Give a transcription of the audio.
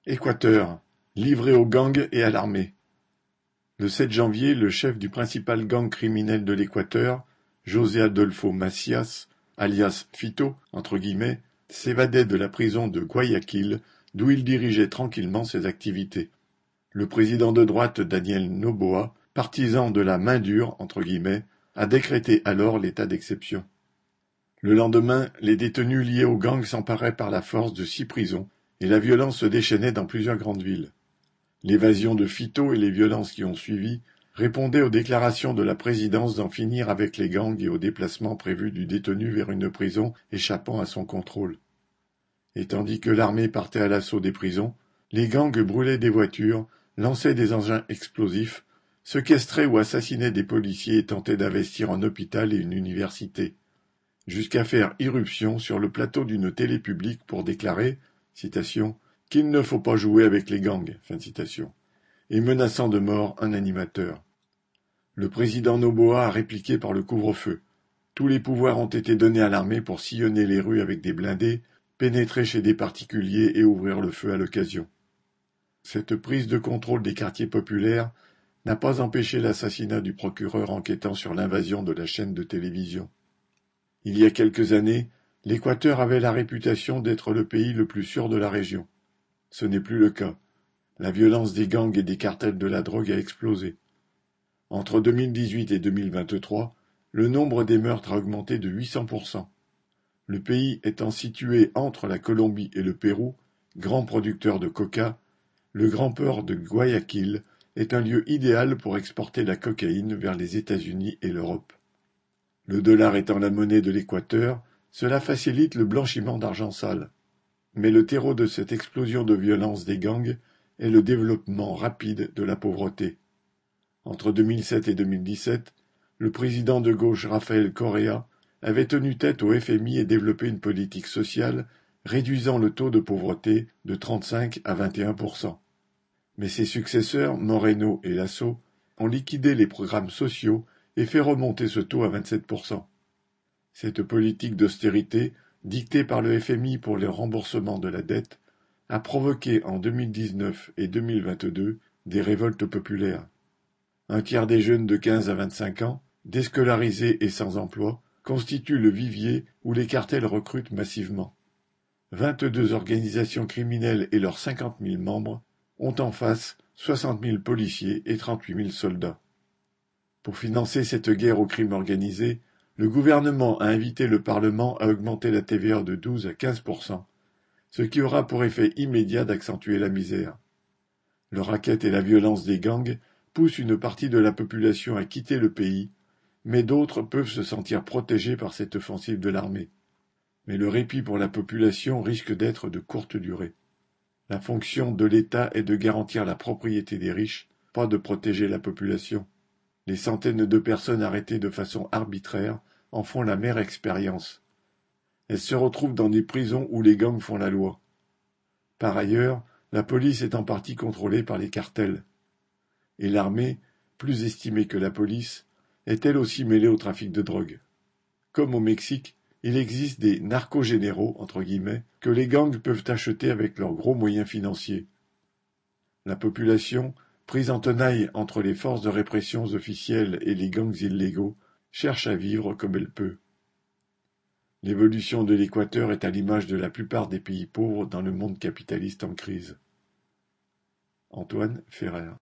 Équateur, livré aux gangs et à l'armée. Le 7 janvier, le chef du principal gang criminel de l'Équateur, José Adolfo Macias, alias Fito, s'évadait de la prison de Guayaquil, d'où il dirigeait tranquillement ses activités. Le président de droite Daniel Noboa, partisan de la main dure, a décrété alors l'état d'exception. Le lendemain, les détenus liés au gang s'emparaient par la force de 6 prisons, et la violence se déchaînait dans plusieurs grandes villes. L'évasion de Fito et les violences qui ont suivi répondaient aux déclarations de la présidence d'en finir avec les gangs et aux déplacements prévus du détenu vers une prison échappant à son contrôle. Et tandis que l'armée partait à l'assaut des prisons, les gangs brûlaient des voitures, lançaient des engins explosifs, séquestraient ou assassinaient des policiers et tentaient d'investir un hôpital et une université, jusqu'à faire irruption sur le plateau d'une télé publique pour déclarer, citation, « qu'il ne faut pas jouer avec les gangs », fin de citation, et menaçant de mort un animateur. Le président Noboa a répliqué par le couvre-feu. Tous les pouvoirs ont été donnés à l'armée pour sillonner les rues avec des blindés, pénétrer chez des particuliers et ouvrir le feu à l'occasion. Cette prise de contrôle des quartiers populaires n'a pas empêché l'assassinat du procureur enquêtant sur l'invasion de la chaîne de télévision. Il y a quelques années, l'Équateur avait la réputation d'être le pays le plus sûr de la région. Ce n'est plus le cas. La violence des gangs et des cartels de la drogue a explosé. Entre 2018 et 2023, le nombre des meurtres a augmenté de 800%. Le pays étant situé entre la Colombie et le Pérou, grand producteur de coca, le grand port de Guayaquil est un lieu idéal pour exporter la cocaïne vers les États-Unis et l'Europe. Le dollar étant la monnaie de l'Équateur, cela facilite le blanchiment d'argent sale. Mais le terreau de cette explosion de violence des gangs est le développement rapide de la pauvreté. Entre 2007 et 2017, le président de gauche Rafael Correa avait tenu tête au FMI et développé une politique sociale réduisant le taux de pauvreté de 35 à 21%. Mais ses successeurs, Moreno et Lasso, ont liquidé les programmes sociaux et fait remonter ce taux à 27%. Cette politique d'austérité, dictée par le FMI pour le remboursement de la dette, a provoqué en 2019 et 2022 des révoltes populaires. Un tiers des jeunes de 15 à 25 ans, déscolarisés et sans emploi, constituent le vivier où les cartels recrutent massivement. 22 organisations criminelles et leurs 50 000 membres ont en face 60 000 policiers et 38 000 soldats. Pour financer cette guerre au crime organisé, le gouvernement a invité le Parlement à augmenter la TVA de 12 à 15%, ce qui aura pour effet immédiat d'accentuer la misère. Le racket et la violence des gangs poussent une partie de la population à quitter le pays, mais d'autres peuvent se sentir protégés par cette offensive de l'armée. Mais le répit pour la population risque d'être de courte durée. La fonction de l'État est de garantir la propriété des riches, pas de protéger la population. Les centaines de personnes arrêtées de façon arbitraire en font la mère expérience. Elles se retrouvent dans des prisons où les gangs font la loi. Par ailleurs, la police est en partie contrôlée par les cartels. Et l'armée, plus estimée que la police, est elle aussi mêlée au trafic de drogue. Comme au Mexique, il existe des narco-généraux, entre guillemets, que les gangs peuvent acheter avec leurs gros moyens financiers. La population, prise en tenaille entre les forces de répression officielles et les gangs illégaux, cherche à vivre comme elle peut. L'évolution de l'Équateur est à l'image de la plupart des pays pauvres dans le monde capitaliste en crise. Antoine Ferrer.